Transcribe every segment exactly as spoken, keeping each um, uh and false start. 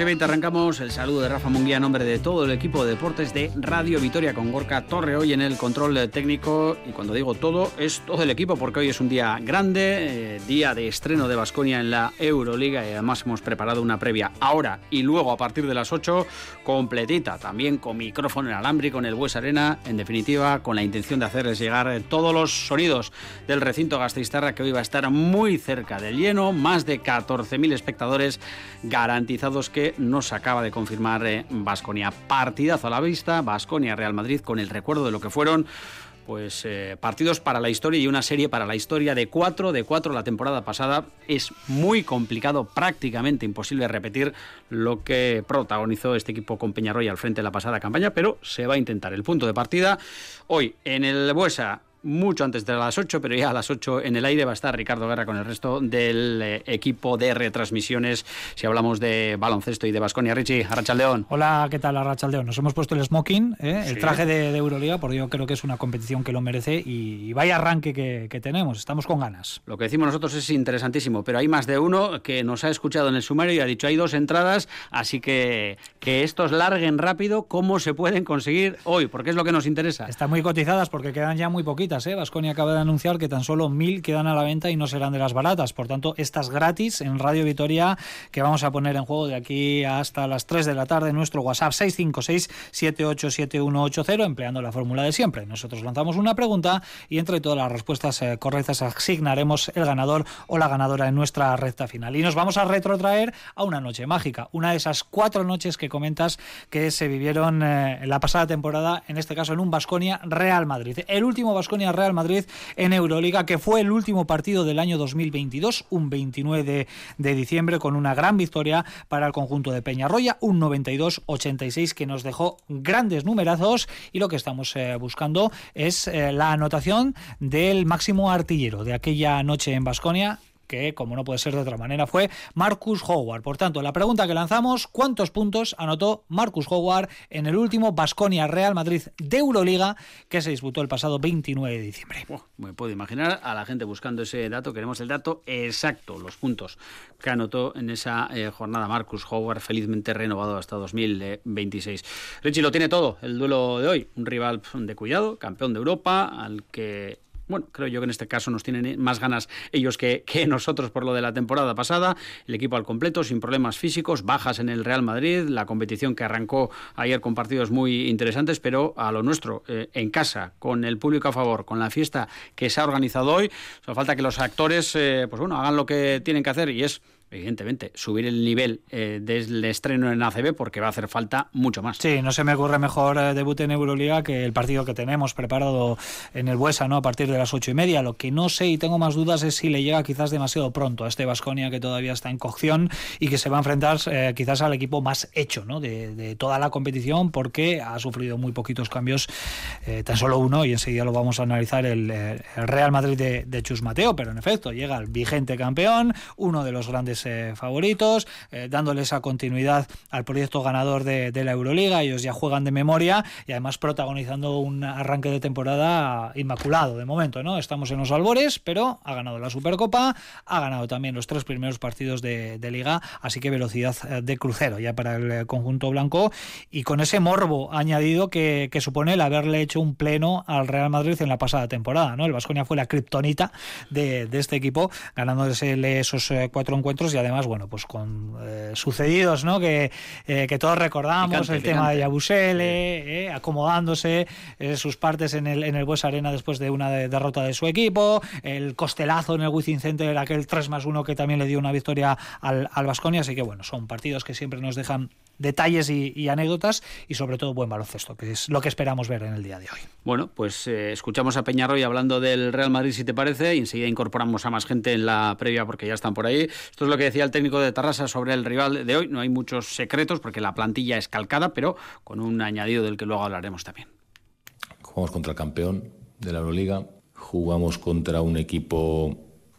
y veinte arrancamos. El saludo de Rafa Munguía en nombre de todo el equipo de deportes de Radio Vitoria, con Gorka Torre hoy en el control técnico. Y cuando digo todo, es todo el equipo, porque hoy es un día grande, eh, día de estreno de Baskonia en la Euroliga, y además hemos preparado una previa ahora y luego a partir de las ocho, completita, también con micrófono inalámbrico en el Bues Arena, en definitiva con la intención de hacerles llegar todos los sonidos del recinto gasteiztarra, que hoy va a estar muy cerca del lleno, más de catorce mil espectadores garantizados, que nos acaba de confirmar Baskonia. Eh, Partidazo a la vista, Baskonia-Real Madrid, con el recuerdo de lo que fueron pues eh, partidos para la historia y una serie para la historia de cuatro de cuatro la temporada pasada. Es muy complicado, prácticamente imposible repetir lo que protagonizó este equipo con Peñarroya al frente de la pasada campaña, pero se va a intentar. El punto de partida hoy en el Buesa, mucho antes de las ocho, pero ya a las ocho en el aire va a estar Ricardo Guerra con el resto del eh, equipo de retransmisiones, si hablamos de baloncesto y de Baskonia. Richie, Arratsaldeon. Hola, ¿qué tal, Arratsaldeon? Nos hemos puesto el smoking, ¿eh? Sí. El traje de, de Euroliga, porque yo creo que es una competición que lo merece, y, y vaya arranque que, que tenemos, estamos con ganas. Lo que decimos nosotros es interesantísimo, pero hay más de uno que nos ha escuchado en el sumario y ha dicho hay dos entradas, así que que estos larguen rápido. ¿Cómo se pueden conseguir hoy? Porque es lo que nos interesa. Están muy cotizadas porque quedan ya muy poquitas. Baskonia acaba de anunciar que tan solo mil quedan a la venta y no serán de las baratas. Por tanto, estas gratis en Radio Vitoria, que vamos a poner en juego de aquí hasta las tres de la tarde en nuestro WhatsApp seis cinco seis, siete ocho siete uno ocho cero, empleando la fórmula de siempre. Nosotros lanzamos una pregunta y entre todas las respuestas eh, correctas asignaremos el ganador o la ganadora en nuestra recta final. Y nos vamos a retrotraer a una noche mágica, una de esas cuatro noches que comentas que se vivieron eh, en la pasada temporada, en este caso en un Baskonia-Real Madrid. El último Baskonia-Real Madrid en Euroliga, que fue el último partido del año dos mil veintidós, un veintinueve de, de diciembre, con una gran victoria para el conjunto de Peñarroya, un noventa y dos ochenta y seis, que nos dejó grandes numerazos, y lo que estamos eh, buscando es eh, la anotación del máximo artillero de aquella noche en Baskonia, que, como no puede ser de otra manera, fue Marcus Howard. Por tanto, la pregunta que lanzamos: ¿cuántos puntos anotó Marcus Howard en el último Baskonia-Real Madrid de Euroliga, que se disputó el pasado veintinueve de diciembre? Oh, me puedo imaginar a la gente buscando ese dato. Queremos el dato exacto, los puntos que anotó en esa eh, jornada Marcus Howard, felizmente renovado hasta dos mil veintiséis. Richie, lo tiene todo el duelo de hoy. Un rival de cuidado, campeón de Europa, al que... Bueno, creo yo que en este caso nos tienen más ganas ellos que, que nosotros por lo de la temporada pasada. El equipo al completo, sin problemas físicos, bajas en el Real Madrid, la competición que arrancó ayer con partidos muy interesantes, pero a lo nuestro, eh, en casa, con el público a favor, con la fiesta que se ha organizado hoy. Solo falta que los actores eh, pues bueno, hagan lo que tienen que hacer, y es, evidentemente, subir el nivel eh, del estreno en A C B, porque va a hacer falta mucho más. Sí, no se me ocurre mejor eh, debut en Euroliga que el partido que tenemos preparado en el Buesa, ¿no? A partir de las ocho y media. Lo que no sé y tengo más dudas es si le llega quizás demasiado pronto a este Baskonia, que todavía está en cocción y que se va a enfrentar eh, quizás al equipo más hecho, ¿no? de, de toda la competición, porque ha sufrido muy poquitos cambios, eh, tan solo uno, y enseguida lo vamos a analizar, el, el Real Madrid de, de Chus Mateo. Pero en efecto, llega el vigente campeón, uno de los grandes Eh, favoritos, eh, dándole esa continuidad al proyecto ganador de, de la Euroliga. Ellos ya juegan de memoria y además protagonizando un arranque de temporada inmaculado de momento, ¿no? Estamos en los albores, pero ha ganado la Supercopa, ha ganado también los tres primeros partidos de, de Liga, así que velocidad de crucero ya para el conjunto blanco, y con ese morbo añadido que, que supone el haberle hecho un pleno al Real Madrid en la pasada temporada, ¿no? El Baskonia fue la kriptonita de, de este equipo, ganándosele esos eh, cuatro encuentros, y además, bueno, pues con eh, sucedidos, ¿no? Que, eh, que todos recordamos, picante, el picante. tema de Yabusele, sí. eh, acomodándose eh, sus partes en el, en el Bues Arena después de una de, derrota de su equipo, el costelazo en el Wizzing Center, aquel tres más uno que también le dio una victoria al, al Baskonia. Así que, bueno, son partidos que siempre nos dejan detalles y, y anécdotas, y sobre todo buen baloncesto, que es lo que esperamos ver en el día de hoy. Bueno, pues eh, escuchamos a Peñarroya hablando del Real Madrid, si te parece, y enseguida incorporamos a más gente en la previa, porque ya están por ahí. Esto es lo que decía el técnico de Tarrasa sobre el rival de hoy. No hay muchos secretos porque la plantilla es calcada, pero con un añadido del que luego hablaremos también. Jugamos contra el campeón de la Euroliga, jugamos contra un equipo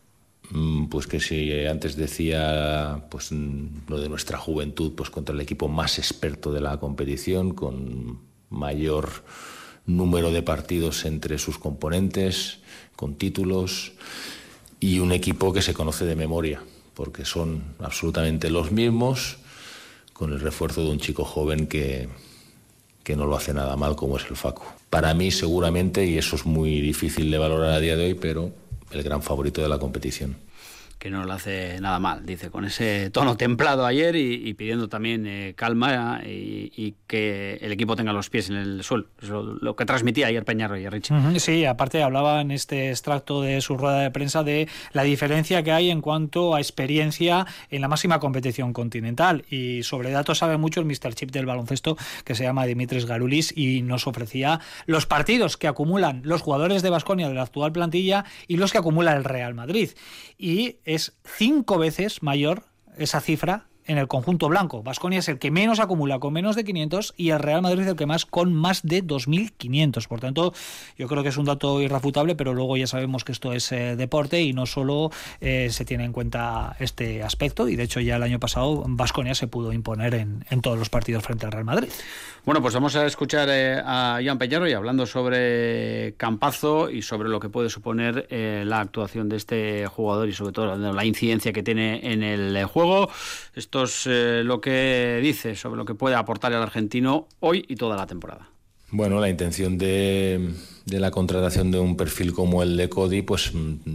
pues que si antes decía pues lo de nuestra juventud, pues contra el equipo más experto de la competición, con mayor número de partidos entre sus componentes, con títulos, y un equipo que se conoce de memoria, porque son absolutamente los mismos, con el refuerzo de un chico joven que, que no lo hace nada mal, como es el Facu. Para mí seguramente, y eso es muy difícil de valorar a día de hoy, pero el gran favorito de la competición. Que no lo hace nada mal, dice, con ese tono templado ayer y, y pidiendo también eh, calma y, y que el equipo tenga los pies en el suelo. Eso lo que transmitía ayer Peñarroya, Richie. Uh-huh, sí, aparte hablaba en este extracto de su rueda de prensa de la diferencia que hay en cuanto a experiencia en la máxima competición continental, y sobre datos sabe mucho el míster Chip del baloncesto, que se llama Dimitris Garulis, y nos ofrecía los partidos que acumulan los jugadores de Baskonia de la actual plantilla y los que acumula el Real Madrid, y es cinco veces mayor esa cifra en el conjunto blanco. Baskonia es el que menos acumula, con menos de quinientos, y el Real Madrid el que más, con más de dos mil quinientos. Por tanto, yo creo que es un dato irrefutable, pero luego ya sabemos que esto es eh, deporte y no solo eh, se tiene en cuenta este aspecto, y de hecho ya el año pasado Baskonia se pudo imponer en, en todos los partidos frente al Real Madrid. Bueno, pues vamos a escuchar eh, a Jan Peñarroya hablando sobre Campazzo y sobre lo que puede suponer eh, la actuación de este jugador y sobre todo la incidencia que tiene en el juego. Esto es eh, lo que dice sobre lo que puede aportar el argentino hoy y toda la temporada. Bueno, la intención de, de la contratación de un perfil como el de Cody, pues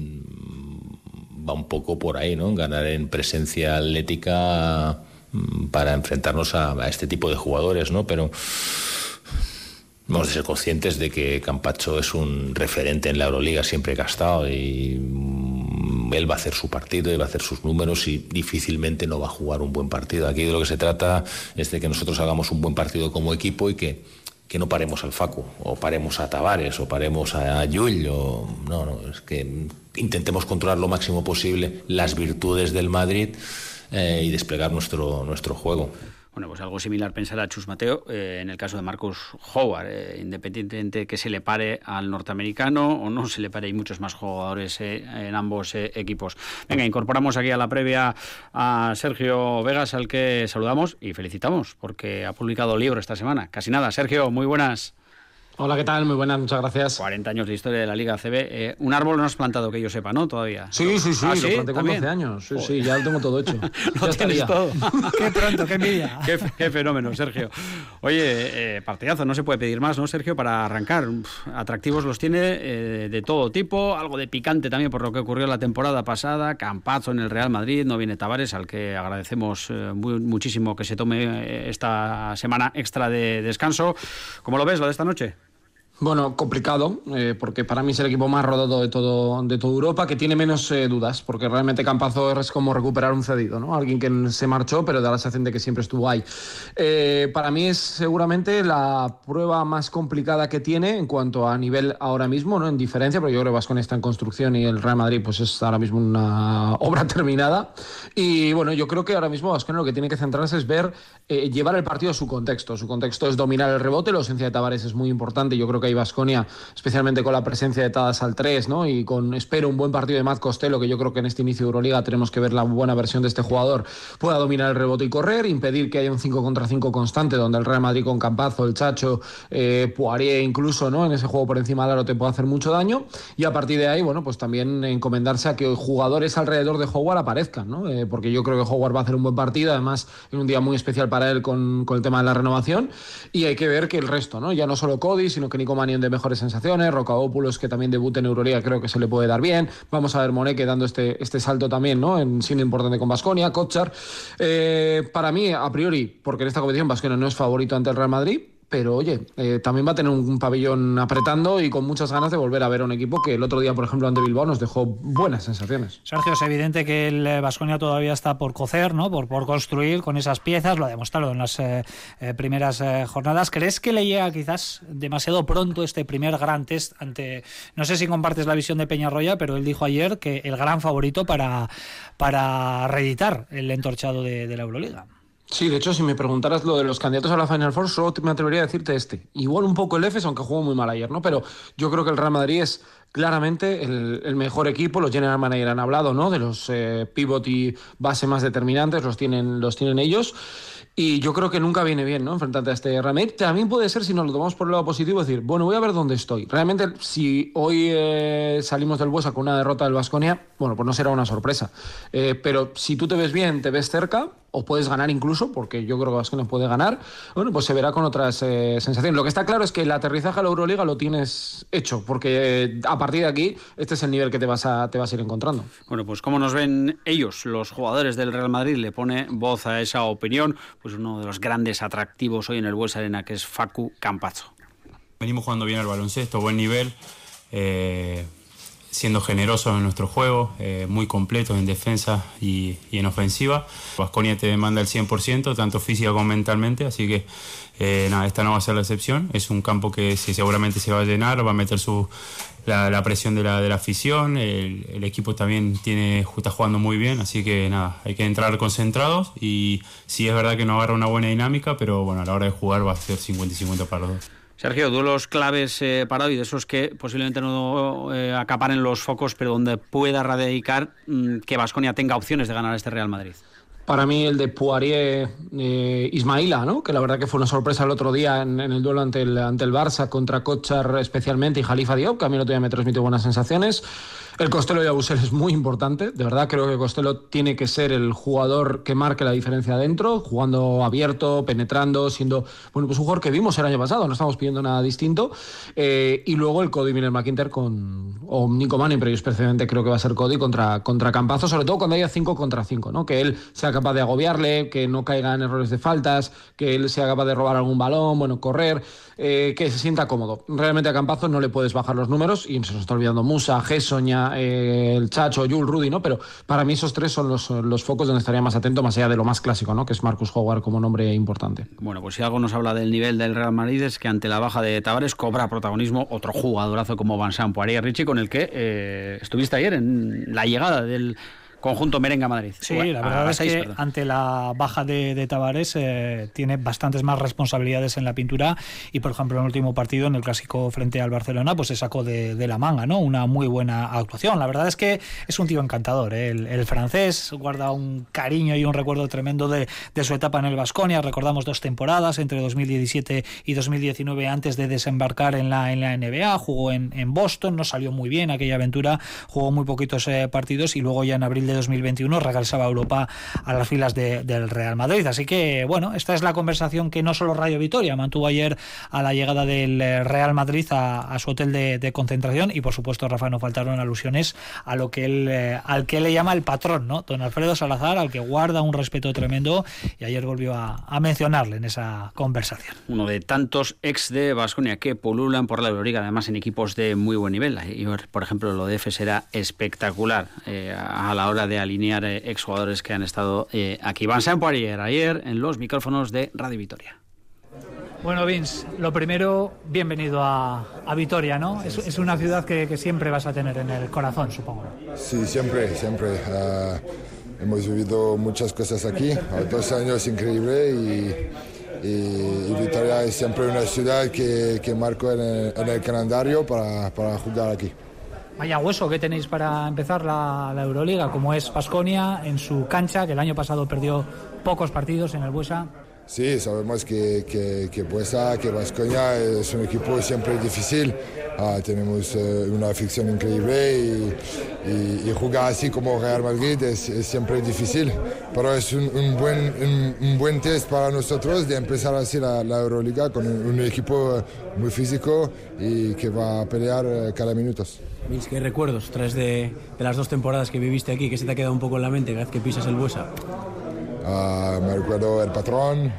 va un poco por ahí, ¿no? Ganar en presencia atlética para enfrentarnos a, a este tipo de jugadores, ¿no? Pero hemos de ser conscientes de que Campazzo es un referente en la Euroliga, siempre que ha estado, y él va a hacer su partido y va a hacer sus números y difícilmente no va a jugar un buen partido. Aquí de lo que se trata es de que nosotros hagamos un buen partido como equipo y que, que no paremos al Facu, o paremos a Tavares, o paremos a Llull, o no, no, es que intentemos controlar lo máximo posible las virtudes del Madrid eh, y desplegar nuestro, nuestro juego. Bueno, pues algo similar pensará Chus Mateo eh, en el caso de Marcus Howard, eh, independientemente que se le pare al norteamericano o no se le pare, hay muchos más jugadores eh, en ambos eh, equipos. Venga, incorporamos aquí a la previa a Sergio Vegas, al que saludamos y felicitamos porque ha publicado libro esta semana. Casi nada. Sergio, muy buenas. Hola, ¿qué tal? Muy buenas, muchas gracias. cuarenta años de historia de la Liga A C B. Eh, un árbol no has plantado que yo sepa, ¿no? Todavía. Sí, sí, sí, ¿Ah, lo sí? planté con ¿También? doce años. Sí, Joder. sí, ya lo tengo todo hecho. Lo ya tienes estaría. todo. Qué pronto, qué envidia. Qué, qué fenómeno, Sergio. Oye, eh, partidazo, no se puede pedir más, ¿no, Sergio? Para arrancar. Uf, atractivos los tiene eh, de todo tipo, algo de picante también por lo que ocurrió la temporada pasada. Campazzo en el Real Madrid, no viene Tavares, al que agradecemos eh, muy, muchísimo que se tome eh, esta semana extra de descanso. ¿Cómo lo ves, lo de esta noche? Bueno, complicado, eh, porque para mí es el equipo más rodado de todo de toda Europa, que tiene menos eh, dudas, porque realmente Campazzo es como recuperar un cedido, ¿no? Alguien que se marchó, pero da la sensación de que siempre estuvo ahí. Eh, para mí es seguramente la prueba más complicada que tiene en cuanto a nivel ahora mismo, ¿no? En diferencia, pero yo creo que Baskonia está en construcción y el Real Madrid pues es ahora mismo una obra terminada. Y bueno, yo creo que ahora mismo Baskonia lo que tiene que centrarse es ver, eh, llevar el partido a su contexto. Su contexto es dominar el rebote, la ausencia de Tavares es muy importante, yo creo que y Baskonia, especialmente con la presencia de Tadas al tres, ¿no? Y con, espero, un buen partido de Matt Costello, que yo creo que en este inicio de Euroliga tenemos que ver la buena versión de este jugador, pueda dominar el rebote y correr, impedir que haya un cinco contra cinco constante, donde el Real Madrid con Campazzo, el Chacho, eh, Poirier incluso, ¿no? En ese juego por encima del aro te puede hacer mucho daño, y a partir de ahí, bueno, pues también encomendarse a que jugadores alrededor de Howard aparezcan, ¿no? Eh, porque yo creo que Howard va a hacer un buen partido, además en un día muy especial para él con, con el tema de la renovación, y hay que ver que el resto, ¿no? Ya no solo Cody, sino que Nico Manion de mejores sensaciones, Rocabopoulos, que también debute en Euroliga, creo que se le puede dar bien. Vamos a ver Moneke dando este, este salto también, ¿no? En siendo importante con Baskonia, Kotsar. Eh, para mí, a priori, porque en esta competición Baskonia no es favorito ante el Real Madrid, pero oye, eh, también va a tener un, un pabellón apretando y con muchas ganas de volver a ver a un equipo que el otro día, por ejemplo, ante Bilbao nos dejó buenas sensaciones. Sergio, es evidente que el Baskonia todavía está por cocer, ¿no? Por, por construir con esas piezas, lo ha demostrado en las eh, eh, primeras eh, jornadas. ¿Crees que le llega quizás demasiado pronto este primer gran test ante, no sé si compartes la visión de Peñarroya, pero él dijo ayer que el gran favorito para, para reeditar el entorchado de, de la Euroliga? Sí, de hecho, si me preguntaras lo de los candidatos a la Final Four, solo me atrevería a decirte este. Igual un poco el Efes, aunque jugó muy mal ayer, ¿no? Pero yo creo que el Real Madrid es claramente el, el mejor equipo. Los general manager han hablado, ¿no? De los eh, pivot y base más determinantes, los tienen, los tienen ellos. Y yo creo que nunca viene bien, ¿no? Enfrentarte a este Real Madrid. También puede ser, si nos lo tomamos por el lado positivo, decir, bueno, voy a ver dónde estoy. Realmente, si hoy eh, salimos del Buesa con una derrota del Baskonia, bueno, pues no será una sorpresa. Eh, pero si tú te ves bien, te ves cerca, o puedes ganar incluso, porque yo creo que Baskonia puede ganar, bueno, pues se verá con otras eh, sensaciones. Lo que está claro es que el aterrizaje a la Euroliga lo tienes hecho, porque eh, a partir de aquí este es el nivel que te vas a, te vas a ir encontrando. Bueno, pues cómo nos ven ellos, los jugadores del Real Madrid, le pone voz a esa opinión, pues uno de los grandes atractivos hoy en el Bues Arena, que es Facu Campazzo. Venimos jugando bien al baloncesto, buen nivel, eh, siendo generosos en nuestro juego, eh, muy completos en defensa y, y en ofensiva. Baskonia te demanda el cien por ciento, tanto física como mentalmente, así que eh, nada, esta no va a ser la excepción. Es un campo que sí, seguramente se va a llenar, va a meter su, la, la presión de la, de la afición, el, el equipo también tiene, está jugando muy bien, así que nada, hay que entrar concentrados y sí es verdad que no agarra una buena dinámica, pero bueno, a la hora de jugar va a ser cincuenta y cincuenta para los dos. Sergio, duelos claves eh, para hoy, de esos que posiblemente no eh, acaparen los focos, pero donde pueda radicar mmm, que Baskonia tenga opciones de ganar a este Real Madrid. Para mí el de Poirier eh, Ismaila, ¿no? Que la verdad que fue una sorpresa el otro día en, en el duelo ante el, ante el Barça contra Kochar especialmente y Khalifa Diop, que a mí el otro día me transmitió buenas sensaciones. El Costello de Abusel es muy importante, de verdad creo que Costello tiene que ser el jugador que marque la diferencia adentro, jugando abierto, penetrando, siendo bueno pues un jugador que vimos el año pasado, no estamos pidiendo nada distinto. Eh, y luego el Cody Miller McIntyre con o Nico Manning, pero yo especialmente creo que va a ser Cody contra, contra Campazzo, sobre todo cuando haya cinco contra cinco, ¿no? Que él sea capaz de agobiarle, que no caiga en errores de faltas, que él sea capaz de robar algún balón, bueno, correr, eh, que se sienta cómodo. Realmente a Campazzo no le puedes bajar los números y se nos está olvidando Musa, Gessoña, Eh, el Chacho, Jules, Rudy, ¿no? Pero para mí esos tres son los, los focos donde estaría más atento, más allá de lo más clásico, ¿no? Que es Marcus Howard como nombre importante. Bueno, pues si algo nos habla del nivel del Real Madrid es que ante la baja de Tavares cobra protagonismo otro jugadorazo como Vincent Poirier, Richie, con el que eh, estuviste ayer en la llegada del conjunto Merengue Madrid. Sí, la verdad a, a es seis, que perdón. ante la baja de, de Tavares eh, tiene bastantes más responsabilidades en la pintura y, por ejemplo, en el último partido, en el clásico frente al Barcelona, pues se sacó de, de la manga, ¿no? Una muy buena actuación. La verdad es que es un tío encantador, ¿eh? el, el francés guarda un cariño y un recuerdo tremendo de, de su etapa en el Baskonia. Recordamos dos temporadas entre dos mil diecisiete y dos mil diecinueve antes de desembarcar en la, en la N B A. Jugó en, en Boston, no salió muy bien aquella aventura, jugó muy poquitos eh, partidos y luego ya en abril de dos mil veintiuno regresaba a Europa a las filas de, del Real Madrid. Así que, bueno, esta es la conversación que no solo Radio Vitoria mantuvo ayer a la llegada del Real Madrid a, a su hotel de, de concentración y, por supuesto, Rafa, no faltaron alusiones a lo que él, eh, al que él le llama el patrón, ¿no? Don Alfredo Salazar, al que guarda un respeto tremendo y ayer volvió a, a mencionarle en esa conversación. Uno de tantos ex de Baskonia que pululan por la Euroliga, además en equipos de muy buen nivel. Y, por ejemplo, lo de F será espectacular eh, a la hora de alinear eh, exjugadores que han estado eh, aquí. Vincent Poirier, ayer en los micrófonos de Radio Vitoria. Bueno, Vince, lo primero, bienvenido a, a Vitoria, ¿no? Es, es una ciudad que, que siempre vas a tener en el corazón, supongo. Sí, siempre, siempre. Uh, hemos vivido muchas cosas aquí, uh, dos años increíbles y, y, y Vitoria es siempre una ciudad que, que marco en el, en el calendario para, para jugar aquí. Vaya hueso que tenéis para empezar la, la Euroliga, como es Baskonia en su cancha, que el año pasado perdió pocos partidos en el Buesa. Sí, sabemos que, que, que Buesa, que Baskonia es un equipo siempre difícil. Uh, tenemos uh, una afición increíble y, y, y jugar así como Real Madrid es, es siempre difícil. Pero es un, un, buen, un, un buen test para nosotros de empezar así la, la Euroliga con un, un equipo muy físico y que va a pelear uh, cada minuto. ¿Qué recuerdos traes de, de las dos temporadas que viviste aquí? ¿Qué se te ha quedado un poco en la mente cada vez que pisas el Buesa? Uh, me recuerdo el patrón,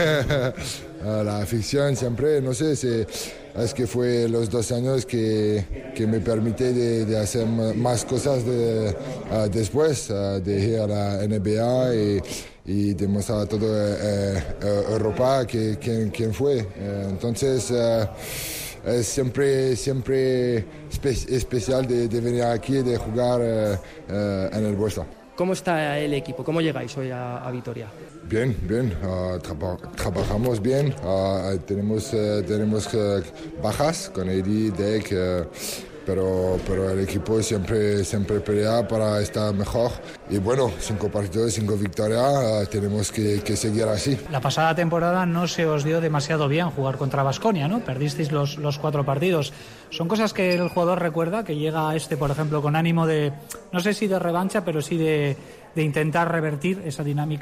uh, la afición siempre, no sé, si, es que fue los dos años que, que me permite de, de hacer más cosas de, uh, después, uh, de ir a la N B A y, y demostrar a toda uh, uh, Europa que, quién, quién fue. Uh, entonces... Uh, Es siempre, siempre espe- especial de, de venir aquí y de jugar uh, uh, en el Buesa. ¿Cómo está el equipo? ¿Cómo llegáis hoy a, a Vitoria? Bien, bien. Uh, tra- trabajamos bien. Uh, tenemos uh, tenemos uh, bajas con Eddie, Deck, uh, pero, pero el equipo siempre, siempre pelea para estar mejor. Y bueno, cinco partidos, cinco victorias, uh, tenemos que, que seguir así. La pasada temporada no se os dio demasiado bien jugar contra Baskonia, ¿no? Perdisteis los, los cuatro partidos. ¿Son cosas que el jugador recuerda, que llega a este, por ejemplo, con ánimo de, no sé si de revancha, pero sí de, de intentar revertir esa dinámica?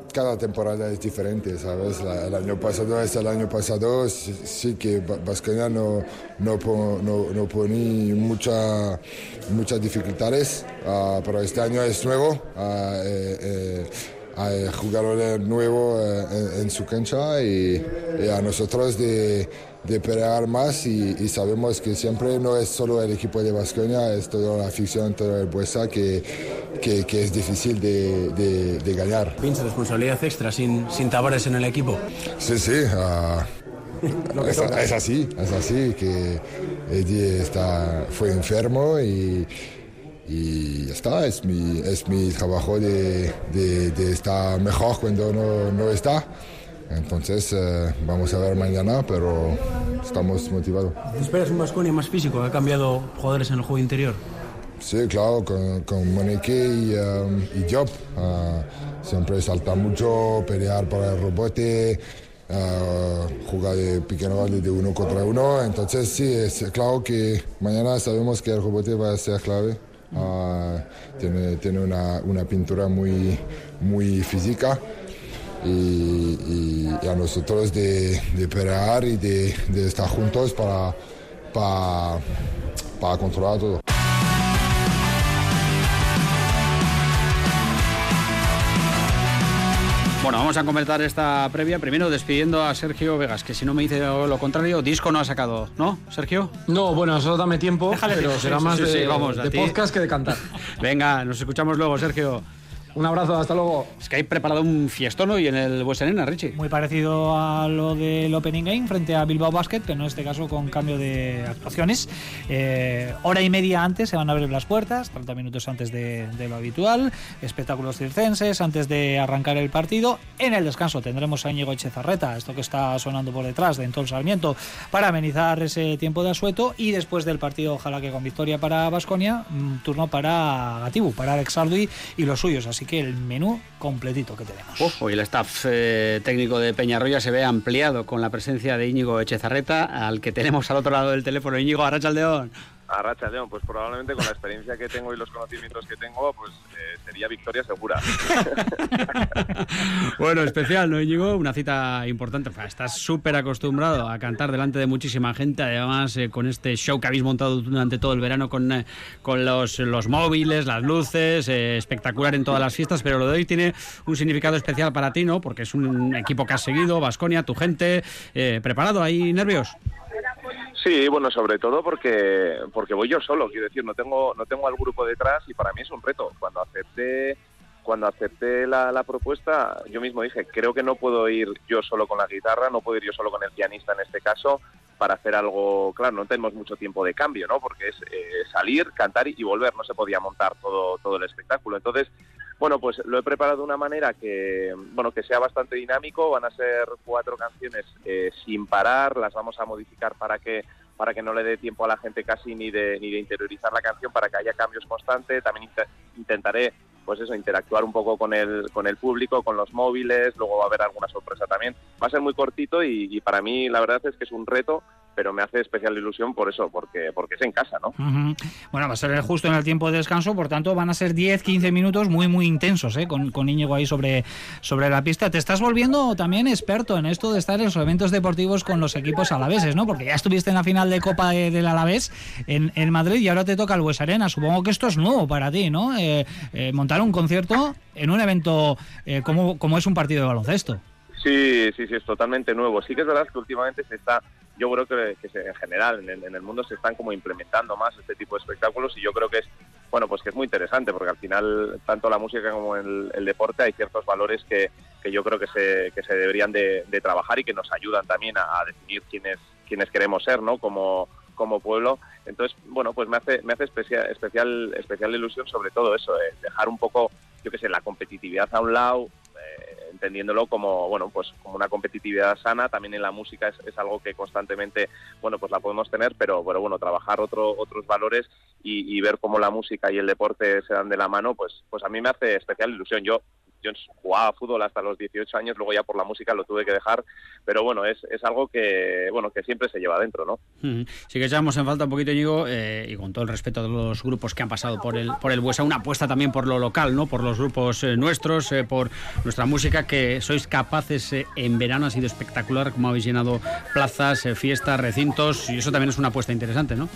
cada temporada es diferente, ¿sabes? La, el año pasado es el año pasado, sí, sí que Baskonia no, no, no, no ponía mucha, muchas dificultades, uh, pero este año es nuevo. Uh, eh, eh, Hay jugadores nuevos eh, en, en su cancha y, y a nosotros de, de pelear más y, y sabemos que siempre no es solo el equipo de Baskonia, es toda la afición, todo el Buesa que, que, que es difícil de, de, de ganar. ¿Pincha responsabilidad extra sin, sin Tavares en el equipo? Sí, sí. Uh, es, es así, es así que Eddie está, fue enfermo y... Y ya está, es mi, es mi trabajo de, de, de estar mejor cuando no, no está. Entonces eh, vamos a ver mañana, pero estamos motivados. ¿Esperas un Baskonia más físico? ¿Ha cambiado jugadores en el juego interior? Sí, claro, con, con Monique y, um, y Job. Uh, siempre salta mucho, pelear por el rebote, uh, jugar de pick and roll de uno contra uno. Entonces sí, es claro que mañana sabemos que el rebote va a ser clave. Uh, tiene tiene una, una pintura muy, muy física y, y, y a nosotros de, de pelear y de, de estar juntos para, para, para controlar todo. Bueno, vamos a comentar esta previa, primero despidiendo a Sergio Vegas, que si no me dice lo contrario, disco no ha sacado, ¿no, Sergio? No, bueno, solo dame tiempo, Déjale pero tiempo, será sí, más sí, de, sí, vamos, de ti. podcast que de cantar. Venga, nos escuchamos luego, Sergio. Un abrazo, hasta luego. Es que hay preparado un fiestón hoy en el Buesa Arena, Richie. Muy parecido a lo del Opening Game frente a Bilbao Basket, pero en este caso con cambio de actuaciones. Eh, hora y media antes se van a abrir las puertas, treinta minutos antes de, de lo habitual. Espectáculos circenses antes de arrancar el partido. En el descanso tendremos a Íñigo Echezarreta, esto que está sonando por detrás de Entol Sarmiento, para amenizar ese tiempo de asueto. Y después del partido, ojalá que con victoria para Baskonia, turno para Gatibu, para Alex Sardui y los suyos. Así que el menú completito que tenemos. Uf, hoy el staff eh, técnico de Peñarroya se ve ampliado con la presencia de Íñigo Echezarreta, al que tenemos al otro lado del teléfono. Íñigo, arratsaldeon. Arratsaldeon, pues probablemente con la experiencia que tengo y los conocimientos que tengo, pues eh, sería victoria segura. Bueno, especial, ¿no, Íñigo? Una cita importante. Estás súper acostumbrado a cantar delante de muchísima gente, además eh, con este show que habéis montado durante todo el verano con, eh, con los, los móviles, las luces, eh, espectacular en todas las fiestas, pero lo de hoy tiene un significado especial para ti, ¿no? Porque es un equipo que has seguido, Baskonia, tu gente, eh, ¿preparado? ¿Hay nervios? Sí, bueno, sobre todo porque porque voy yo solo, quiero decir, no tengo no tengo al grupo detrás y para mí es un reto. Cuando acepté cuando acepté la, la propuesta, yo mismo dije, creo que no puedo ir yo solo con la guitarra, no puedo ir yo solo con el pianista en este caso para hacer algo, claro, no tenemos mucho tiempo de cambio, ¿no? Porque es eh, salir, cantar y volver, no se podía montar todo todo el espectáculo. Entonces, bueno, pues lo he preparado de una manera que, bueno, que sea bastante dinámico. Van a ser cuatro canciones eh, sin parar, las vamos a modificar para que para que no le dé tiempo a la gente casi ni de ni de interiorizar la canción, para que haya cambios constantes. También int- intentaré, pues eso, interactuar un poco con el con el público, con los móviles. Luego va a haber alguna sorpresa también. Va a ser muy cortito y, y para mí la verdad es que es un reto, pero me hace especial ilusión por eso, porque porque es en casa, ¿no? Uh-huh. Bueno, va a ser justo en el tiempo de descanso, por tanto van a ser diez quince minutos muy muy intensos, ¿eh? con, con Íñigo ahí sobre, sobre la pista. Te estás volviendo también experto en esto de estar en los eventos deportivos con los equipos alaveses, ¿no? Porque ya estuviste en la final de Copa de, del Alavés en, en Madrid y ahora te toca el Buesa Arena. Supongo que esto es nuevo para ti, ¿no? Eh, eh, montar un concierto en un evento eh, como, como es un partido de baloncesto. Sí, sí, sí, es totalmente nuevo. Sí que es verdad que últimamente se está, yo creo que, que se, en general en el, en el mundo se están como implementando más este tipo de espectáculos y yo creo que es, bueno, pues que es muy interesante porque al final tanto la música como el, el deporte hay ciertos valores que, que yo creo que se, que se deberían de, de trabajar y que nos ayudan también a, a definir quiénes, quiénes queremos ser, ¿no? Como, como pueblo. Entonces, bueno, pues me hace, me hace especial, especial, especial ilusión sobre todo eso, eh, dejar un poco, yo qué sé, la competitividad a un lado, eh, entendiéndolo como, bueno, pues como una competitividad sana. También en la música es, es algo que constantemente, bueno, pues la podemos tener, pero, pero bueno, trabajar otro, otros valores y, y ver cómo la música y el deporte se dan de la mano, pues, pues a mí me hace especial ilusión. Yo yo jugaba fútbol hasta los dieciocho años, luego ya por la música lo tuve que dejar, pero bueno, es, es algo que bueno que siempre se lleva dentro, ¿no? Mm. Sí que echamos en falta un poquito, Íñigo, eh, y con todo el respeto de los grupos que han pasado por el por el Buesa, una apuesta también por lo local, ¿no? Por los grupos eh, nuestros, eh, por nuestra música, que sois capaces eh, en verano, ha sido espectacular como habéis llenado plazas, eh, fiestas, recintos, y eso también es una apuesta interesante, ¿no?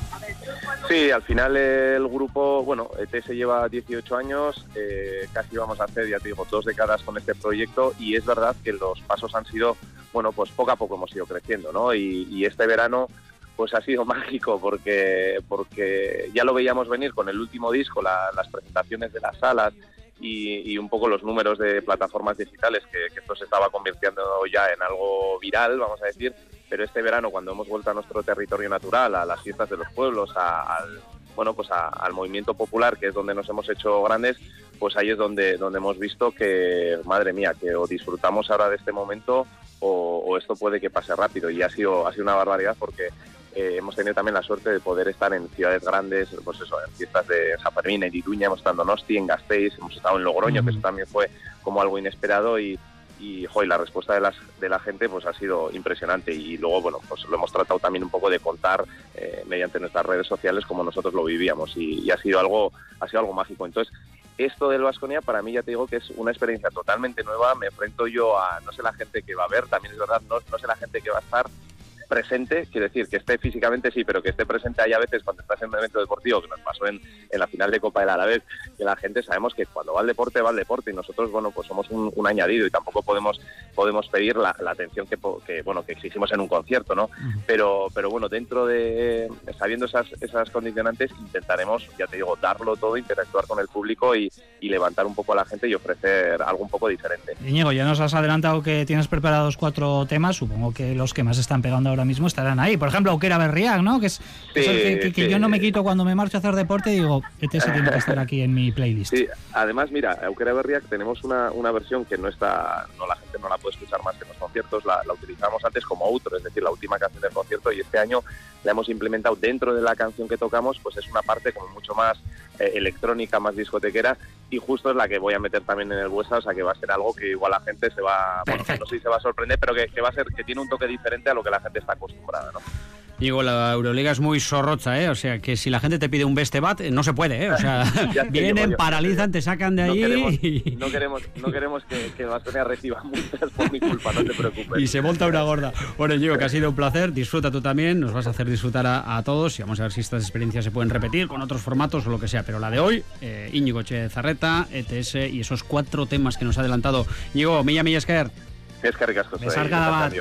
Sí, al final el grupo, bueno, E T S lleva dieciocho años, eh, casi vamos a hacer, ya te digo, dos décadas con este proyecto, y es verdad que los pasos han sido, bueno, pues poco a poco hemos ido creciendo, ¿no? Y, y este verano pues ha sido mágico porque, porque ya lo veíamos venir con el último disco, la, las presentaciones de las salas y, y un poco los números de plataformas digitales, que, que esto se estaba convirtiendo ya en algo viral, vamos a decir. Pero este verano, cuando hemos vuelto a nuestro territorio natural, a las fiestas de los pueblos, a, al, bueno, pues a, al movimiento popular, que es donde nos hemos hecho grandes, pues ahí es donde, donde hemos visto que, madre mía, que o disfrutamos ahora de este momento o, o esto puede que pase rápido. Y ha sido, ha sido una barbaridad porque eh, hemos tenido también la suerte de poder estar en ciudades grandes, pues eso, en fiestas de San Fermín, en Iruña, hemos estado en Donosti, en Gasteiz, hemos estado en Logroño, mm. que eso también fue como algo inesperado, y y joder, la respuesta de, las, de la gente pues ha sido impresionante, y luego bueno, pues lo hemos tratado también un poco de contar eh, mediante nuestras redes sociales como nosotros lo vivíamos, y, y ha sido algo ha sido algo mágico. Entonces, esto del Baskonia para mí, ya te digo que es una experiencia totalmente nueva. Me enfrento yo a, no sé la gente que va a ver, también es verdad, no, no sé la gente que va a estar presente, quiero decir, que esté físicamente sí, pero que esté presente hay a veces cuando estás en un evento deportivo, que nos pasó en, en la final de Copa del Alavés, que la gente sabemos que cuando va al deporte, va al deporte, y nosotros, bueno, pues somos un, un añadido, y tampoco podemos podemos pedir la, la atención que, que, bueno, que exigimos en un concierto, ¿no? Pero, pero bueno, dentro de, sabiendo esas, esas condicionantes, intentaremos, ya te digo, darlo todo, interactuar con el público y, y levantar un poco a la gente y ofrecer algo un poco diferente. Íñigo, ya nos has adelantado que tienes preparados cuatro temas, supongo que los que más están pegando ahora mismo estarán ahí. Por ejemplo, Aukera Berriak, ¿no? Que es, sí, es el que, que, que sí. yo no me quito cuando me marcho a hacer deporte, y digo, este se tiene que estar aquí en mi playlist. Sí, además, mira, Aukera Berriak tenemos una, una versión que no está, no la gente no la puede escuchar más que en los conciertos, la, la utilizamos antes como outro, es decir, la última canción del concierto, y este año la hemos implementado dentro de la canción que tocamos, pues es una parte como mucho más eh, electrónica, más discotequera, y justo es la que voy a meter también en el Buesa, o sea que va a ser algo que igual la gente se va, bueno, no sé si se va a sorprender, pero que, que va a ser, que tiene un toque diferente a lo que la gente está acostumbrada, ¿no? Digo, la Euroliga es muy zorrocha, ¿eh? O sea, que si la gente te pide un best bat, no se puede, ¿eh? O sea, vienen, yo, paralizan, te sacan de ahí. No queremos, y... no queremos, no queremos que, que Baskonia reciba multas por mi culpa, no te preocupes. Y se monta una gorda. Bueno, Diego, que ha sido un placer, disfruta tú también, nos vas a hacer disfrutar a, a todos, y vamos a ver si estas experiencias se pueden repetir con otros formatos o lo que sea. Pero la de hoy, eh, Íñigo Etxezarreta, E T S, y esos cuatro temas que nos ha adelantado. Íñigo, mila mila esker. Eskerrik asko. Besarkada bat.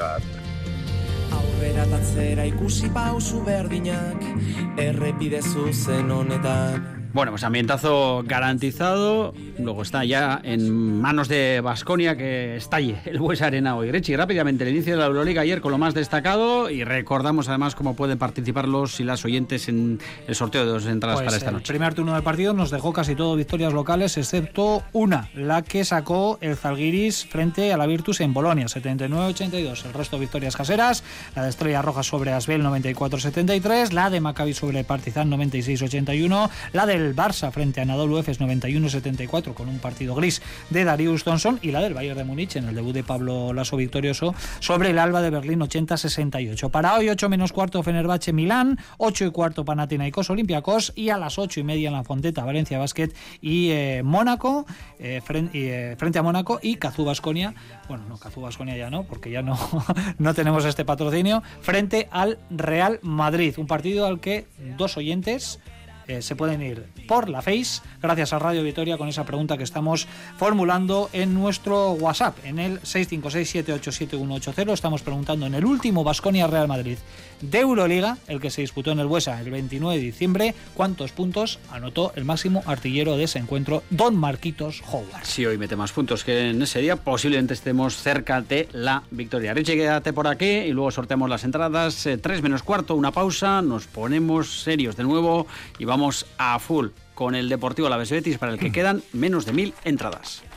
Aurrera tatzera ikusi pausu berdinak, errepide zuzen honetan. Bueno, pues ambientazo garantizado. Luego está ya en manos de Baskonia que estalle el Buesa Arena hoy. Rechi, rápidamente, el inicio de la Euroliga ayer con lo más destacado, y recordamos además cómo pueden participar los y las oyentes en el sorteo de dos entradas pues para esta noche. El primer turno del partido nos dejó casi todo victorias locales, excepto una, la que sacó el Zalgiris frente a la Virtus en Bolonia, setenta y nueve a ochenta y dos. El resto victorias caseras, la de Estrella Roja sobre Asbel, noventa y cuatro a setenta y tres, la de Maccabi sobre Partizan, noventa y seis a ochenta y uno, la del Barça frente a Anadolu Efes, noventa y uno a setenta y cuatro, con un partido gris de Darius Thompson, y la del Bayern de Múnich en el debut de Pablo Laso victorioso sobre el Alba de Berlín, ochenta a sesenta y ocho. Para hoy, ocho menos cuarto, Fenerbahce Milán, ocho y cuarto Panathinaikos Olympiacos, y a las ocho y media en la Fonteta Valencia Basket y eh, Mónaco eh, frente, eh, frente a Mónaco, y Cazú Baskonia, bueno, no, Cazú Baskonia ya no, porque ya no, no tenemos este patrocinio, frente al Real Madrid, un partido al que dos oyentes Eh, se pueden ir por la Face, gracias a Radio Vitoria, con esa pregunta que estamos formulando en nuestro WhatsApp, en el seis cinco seis, siete ocho siete, uno ocho cero. Estamos preguntando en el último Baskonia Real Madrid de Euroliga, el que se disputó en el Buesa el veintinueve de diciembre, ¿cuántos puntos anotó el máximo artillero de ese encuentro, Don Marquitos Howard? Sí, hoy mete más puntos que en ese día, posiblemente estemos cerca de la victoria. Richie, quédate por aquí y luego sorteamos las entradas. eh, tres menos cuarto, una pausa, nos ponemos serios de nuevo y vamos a full con el Deportivo Alavés Betis, para el que quedan menos de mil entradas.